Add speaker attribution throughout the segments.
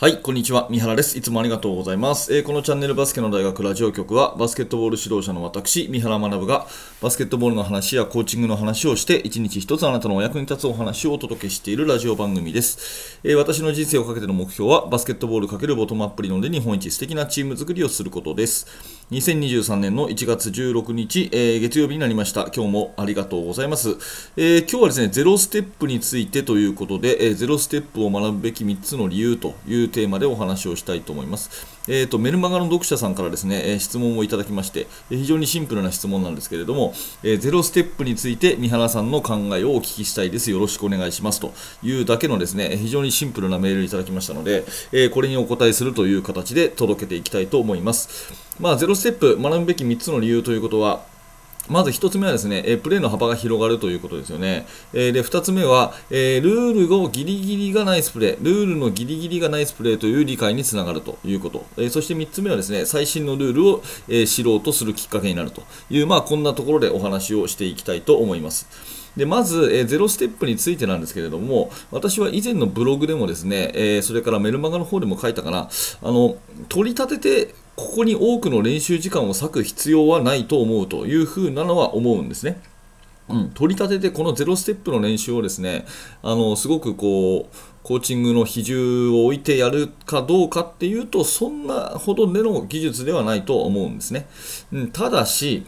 Speaker 1: はい、こんにちは。三原です。いつもありがとうございます。このチャンネルバスケの大学ラジオ局は、バスケットボール指導者の私、三原学が、バスケットボールの話やコーチングの話をして、一日一つあなたのお役に立つお話をお届けしているラジオ番組です。私の人生をかけての目標は、バスケットボール×ボトムアップ理論で日本一素敵なチーム作りをすることです。2023年の1月16日、月曜日になりました。今日もありがとうございます。今日はですね、ゼロステップについてということで、ゼロステップを学ぶべき3つの理由というテーマでお話をしたいと思います。メルマガの読者さんからですね、質問をいただきまして、非常にシンプルな質問なんですけれども、ゼロステップについて三原さんの考えをお聞きしたいです。よろしくお願いしますというだけのですね、非常にシンプルなメールをいただきましたので、これにお答えするという形で届けていきたいと思います。ゼロステップ学ぶべき3つの理由ということは、まず1つ目はですね、プレーの幅が広がるということですよね。で、2つ目は、ルールをギリギリがナイスプレー、ルールのギリギリがナイスプレーという理解につながるということ。そして3つ目はですね、最新のルールを、知ろうとするきっかけになるという、こんなところでお話をしていきたいと思います。でまず、ゼロステップについてなんですけれども、私は以前のブログでもですね、それからメルマガの方でも書いたかな、取り立ててここに多くの練習時間を割く必要はないと思うというふうなのは思うんですね。取り立ててこのゼロステップの練習をですね、すごくコーチングの比重を置いてやるかどうかっていうと、そんなほどでの技術ではないと思うんですね。ただ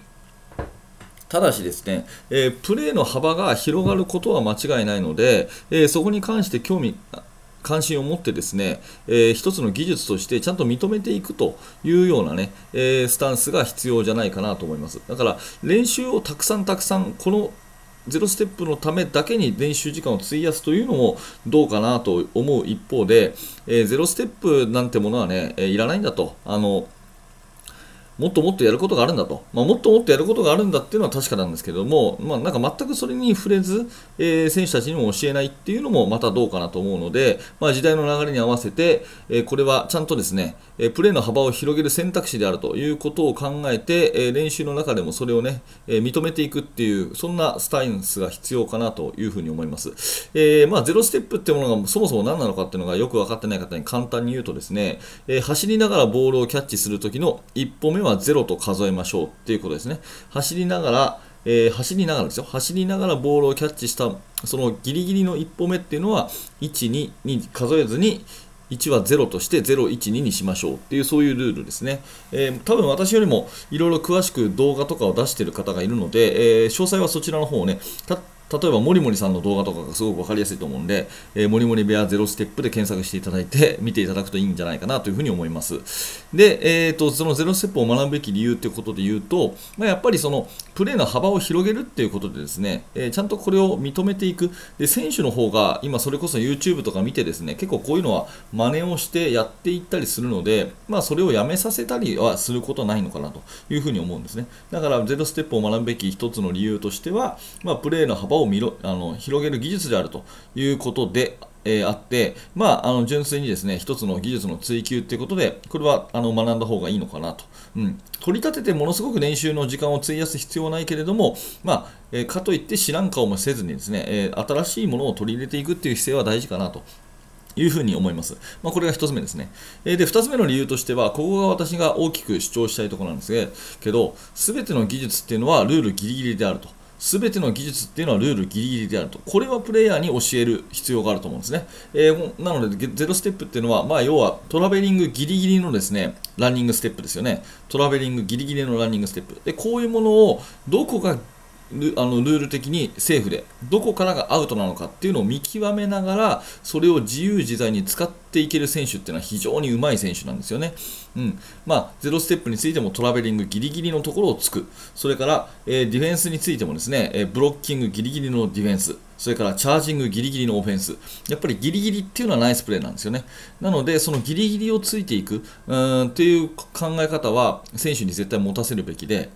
Speaker 1: しですね、プレーの幅が広がることは間違いないので、そこに関して関心を持ってですね、一つの技術としてちゃんと認めていくというようなね、スタンスが必要じゃないかなと思います。だから練習をたくさんこのゼロステップのためだけに練習時間を費やすというのもどうかなと思う一方で、ゼロステップなんてものはね、いらないんだと。もっともっとやることがあるんだと、もっともっとやることがあるんだっていうのは確かなんですけども、なんか全くそれに触れず、選手たちにも教えないっていうのもまたどうかなと思うので、時代の流れに合わせて、これはちゃんとですね、プレーの幅を広げる選択肢であるということを考えて、練習の中でもそれをね、認めていくっていう、そんなスタンスが必要かなというふうに思います。ゼロステップっていうものがそもそも何なのかっていうのがよく分かってない方に簡単に言うとですね、走りながらボールをキャッチするときの1歩目は0と数えましょうっていうことですね。走りながらですよ。走りながらボールをキャッチしたそのギリギリの1歩目っていうのは1、2に数えずに1は0として0、1、2にしましょうっていうそういうルールですね。多分私よりもいろいろ詳しく動画とかを出している方がいるので、詳細はそちらの方をね、例えばモリモリさんの動画とかがすごく分かりやすいと思うんで、モリモリ部屋ゼロステップで検索していただいて見ていただくといいんじゃないかなというふうに思います。で、そのゼロステップを学ぶべき理由ということで言うと、やっぱりそのプレーの幅を広げるっていうことでですね、ちゃんとこれを認めていく。で、選手の方が今それこそ YouTube とか見てですね、結構こういうのは真似をしてやっていったりするので、それをやめさせたりはすることはないのかなというふうに思うんですね。だからゼロステップを学ぶべき一つの理由としては、プレーの幅を広げる技術であるということであって、純粋にですね、一つの技術の追求ということで、これは学んだ方がいいのかなと。取り立ててものすごく練習の時間を費やす必要はないけれども、かといって知らん顔もせずにですね、新しいものを取り入れていくっていう姿勢は大事かなというふうに思います。これが1つ目ですね。で、2つ目の理由としては、ここが私が大きく主張したいところなんですけど、すべての技術っていうのはルールギリギリであると。すべての技術っていうのはルールギリギリであると。これはプレイヤーに教える必要があると思うんですね。なので、ゼロステップっていうのは、要はトラベリングギリギリのですね、ランニングステップですよね。トラベリングギリギリのランニングステップ。で、こういうものをどこがルール的にセーフでどこからがアウトなのかっていうのを見極めながらそれを自由自在に使っていける選手っていうのは非常に上手い選手なんですよね。ゼロステップについてもトラベリングギリギリのところをつく。それから、ディフェンスについてもですね、ブロッキングギリギリのディフェンス、それからチャージングギリギリのオフェンス、やっぱりギリギリっていうのはナイスプレーなんですよね。なのでそのギリギリをついていくっていう考え方は選手に絶対持たせるべきで、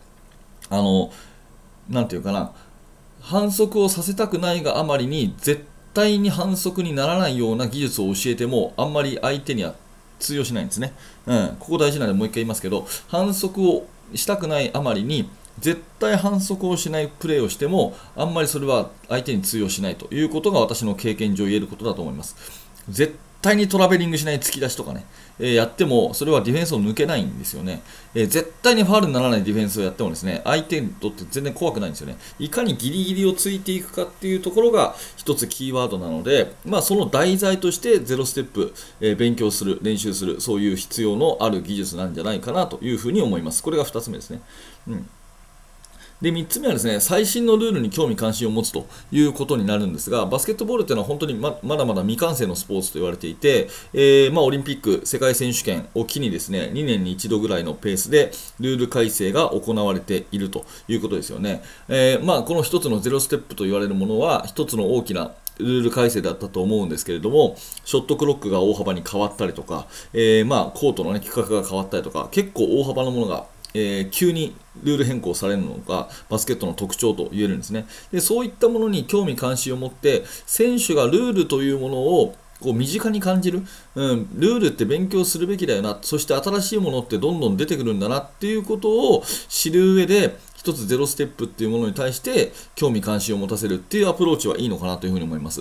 Speaker 1: なんていうかな、反則をさせたくないがあまりに絶対に反則にならないような技術を教えてもあんまり相手には通用しないんですね。ここ大事なのでもう一回言いますけど、反則をしたくないあまりに絶対反則をしないプレーをしてもあんまりそれは相手に通用しないということが私の経験上言えることだと思います。絶対にトラベリングしない突き出しとかね、やってもそれはディフェンスを抜けないんですよね。絶対にファウルにならないディフェンスをやってもですね、相手にとって全然怖くないんですよね。いかにギリギリをついていくかっていうところが一つキーワードなので、その題材としてゼロステップ、勉強する、練習する、そういう必要のある技術なんじゃないかなというふうに思います。これが2つ目ですね。で3つ目はですね、最新のルールに興味関心を持つということになるんですが、バスケットボールというのは本当にまだまだ未完成のスポーツと言われていて、オリンピック、世界選手権を機にですね、2年に1度ぐらいのペースでルール改正が行われているということですよね。この一つのゼロステップと言われるものは一つの大きなルール改正だったと思うんですけれども、ショットクロックが大幅に変わったりとか、コートの、規格が変わったりとか、結構大幅なものが急にルール変更されるのがバスケットの特徴と言えるんですね。でそういったものに興味関心を持って選手がルールというものを身近に感じる、ルールって勉強するべきだよな、そして新しいものってどんどん出てくるんだなっていうことを知る上で一つゼロステップっていうものに対して興味関心を持たせるっていうアプローチはいいのかなというふうに思います。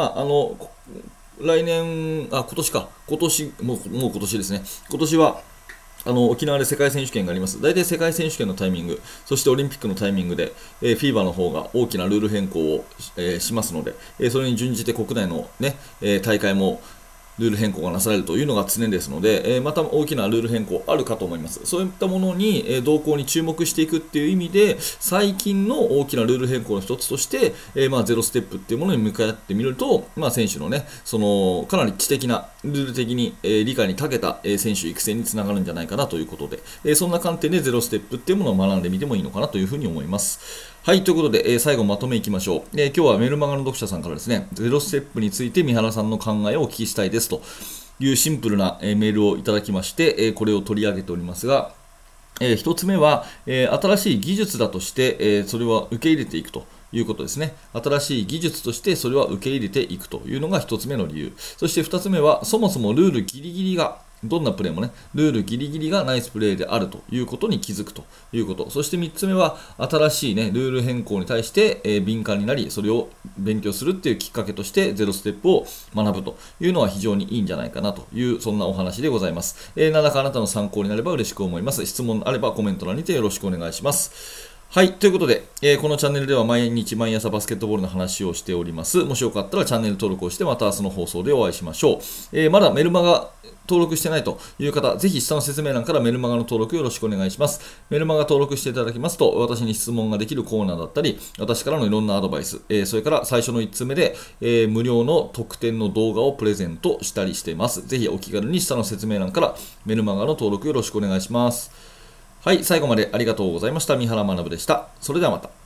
Speaker 1: 来年、今年もう今年ですね。今年は沖縄で世界選手権があります。大体世界選手権のタイミング、そしてオリンピックのタイミングで、FIBA の方が大きなルール変更を、しますので、それに準じて国内の、大会もルール変更がなされるというのが常ですので、また大きなルール変更あるかと思います。そういったものに、動向に注目していくっていう意味で、最近の大きなルール変更の一つとして、ゼロステップっていうものに向かってみると、選手のね、かなり知的な、ルール的に、理解に長けた、選手育成につながるんじゃないかなということで、そんな観点でゼロステップっていうものを学んでみてもいいのかなというふうに思います。はい、ということで、最後まとめいきましょう。今日はメルマガの読者さんからですね、ゼロステップについて三原さんの考えをお聞きしたいですというシンプルな、メールをいただきまして、これを取り上げておりますが、一つ目は、新しい技術だとして、それは受け入れていくということですね。新しい技術としてそれは受け入れていくというのが一つ目の理由。そして二つ目は、そもそもルールギリギリがどんなプレーもね、ルールギリギリがナイスプレーであるということに気づくということ。そして3つ目は、新しいね、ルール変更に対して、敏感になり、それを勉強するっていうきっかけとして、ゼロステップを学ぶというのは非常にいいんじゃないかなという、そんなお話でございます。何らかあなたの参考になれば嬉しく思います。質問あればコメント欄にてよろしくお願いします。はい。ということで、このチャンネルでは毎日毎朝バスケットボールの話をしております。もしよかったらチャンネル登録をして、また明日の放送でお会いしましょう。まだメルマガ登録してないという方、ぜひ下の説明欄からメルマガの登録よろしくお願いします。メルマガ登録していただきますと、私に質問ができるコーナーだったり、私からのいろんなアドバイス、それから最初の1つ目で、無料の特典の動画をプレゼントしたりしています。ぜひお気軽に下の説明欄からメルマガの登録よろしくお願いします。はい、最後までありがとうございました。三原学でした。それではまた。